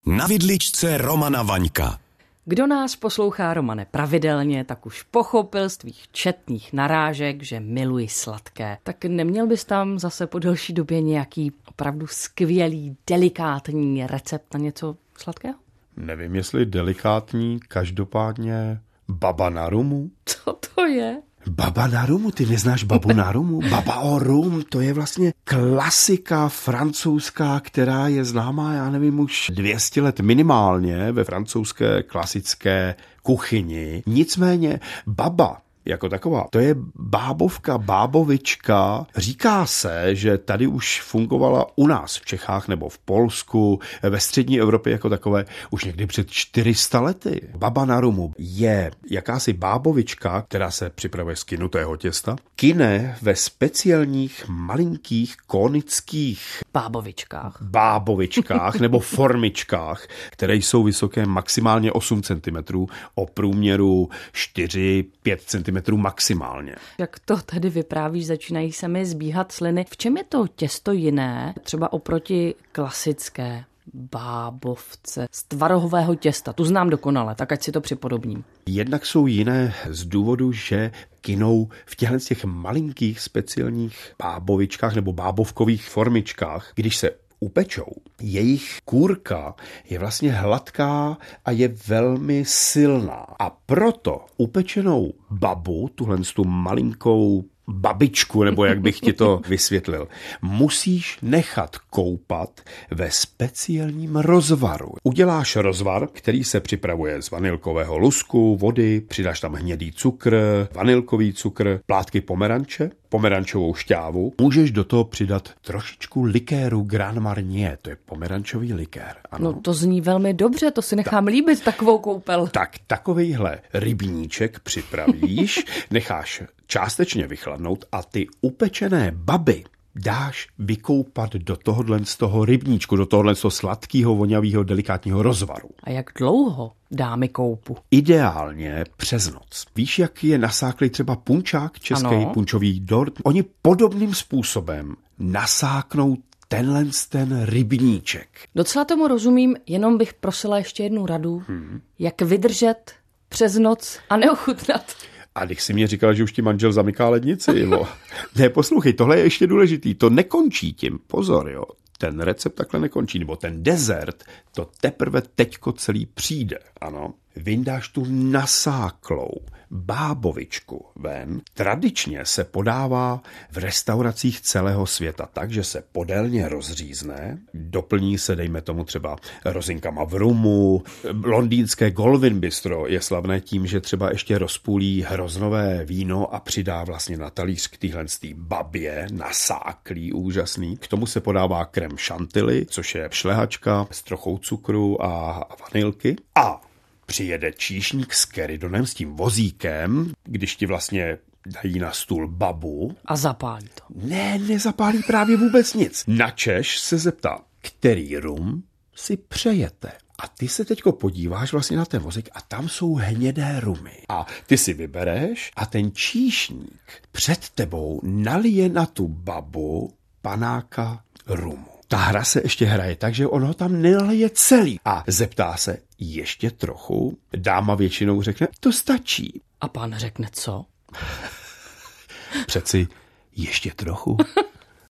Na vidličce Romana Vaňka. Kdo nás poslouchá, Romane, pravidelně, tak už pochopil z tvých četných narážek, že miluji sladké. Tak neměl bys tam zase po delší době nějaký opravdu skvělý, delikátní recept na něco sladkého? Nevím, jestli delikátní, každopádně baba na rumu. Co to je? Baba na rumu, ty neznáš babu na rumu? Baba o rum, to je vlastně klasika francouzská, která je známá, já nevím, už 200 let minimálně ve francouzské klasické kuchyni. Nicméně baba jako taková, to je bábovka, bábovička. Říká se, že tady už fungovala u nás v Čechách nebo v Polsku, ve střední Evropě jako takové už někdy před 400 lety. Baba na rumu je jakási bábovička, která se připravuje z kynutého těsta. Kyne ve speciálních malinkých konických bábovičkách nebo formičkách, které jsou vysoké maximálně 8 cm, o průměru 4-5 cm maximálně. Jak to tady vyprávíš, začínají se mi zbíhat sliny. V čem je to těsto jiné, třeba oproti klasické bábovce z tvarohového těsta? Tu znám dokonale, tak ať si to připodobním. Jednak jsou jiné z důvodu, že kynou v těch malinkých speciálních bábovičkách nebo bábovkových formičkách, když se upečou. Jejich kůrka je vlastně hladká a je velmi silná. A proto upečenou babu, tu malinkou babičku, nebo jak bych ti to vysvětlil, musíš nechat koupat ve speciálním rozvaru. Uděláš rozvar, který se připravuje z vanilkového lusku, vody, přidáš tam hnědý cukr, vanilkový cukr, plátky pomeranče, pomerančovou šťávu. Můžeš do toho přidat trošičku likéru Grand Marnier, to je pomerančový likér. Ano. No to zní velmi dobře, to si nechám líbit, takovou koupel. Tak takovejhle rybníček připravíš, necháš částečně vychladnout a ty upečené baby dáš vykoupat do tohohle z toho rybníčku, do tohohle z toho sladkého, vonavého, delikátního rozvaru. A jak dlouho dáme koupu? Ideálně přes noc. Víš, jak je nasáklý třeba punčák český, punčový dort? Oni podobným způsobem nasáknou ten rybníček. Docela tomu rozumím, jenom bych prosila ještě jednu radu, jak vydržet přes noc a neochutnat. A když si mě říkal, že už ti manžel zamyká lednici, jo. Ne, poslouchej, tohle je ještě důležitý, to nekončí tím, pozor, jo. Ten recept takhle nekončí, nebo ten dezert, to teprve teďko celý přijde, ano. Vyndáš tu nasáklou bábovičku ven. Tradičně se podává v restauracích celého světa tak, že se podélně rozřízne, doplní se, dejme tomu třeba rozinkama v rumu. Londýnské Goldwyn Bistro je slavné tím, že třeba ještě rozpůlí hroznové víno a přidá vlastně na talíř k téhlenství babě, nasáklý, úžasný. K tomu se podává krem chantilly, což je šlehačka s trochou cukru a vanilky. A přijede číšník s keridonem, s tím vozíkem, když ti vlastně dají na stůl babu. A zapálí to. Ne, nezapálí právě vůbec nic. Načež se zeptá, který rum si přejete. A ty se teďko podíváš vlastně na ten vozík a tam jsou hnědé rumy. A ty si vybereš a ten číšník před tebou nalije na tu babu panáka rumu. Ta hra se ještě hraje tak, že on ho tam nalije celý. A zeptá se, ještě trochu? Dáma většinou řekne, to stačí. A pán řekne co? Přeci ještě trochu.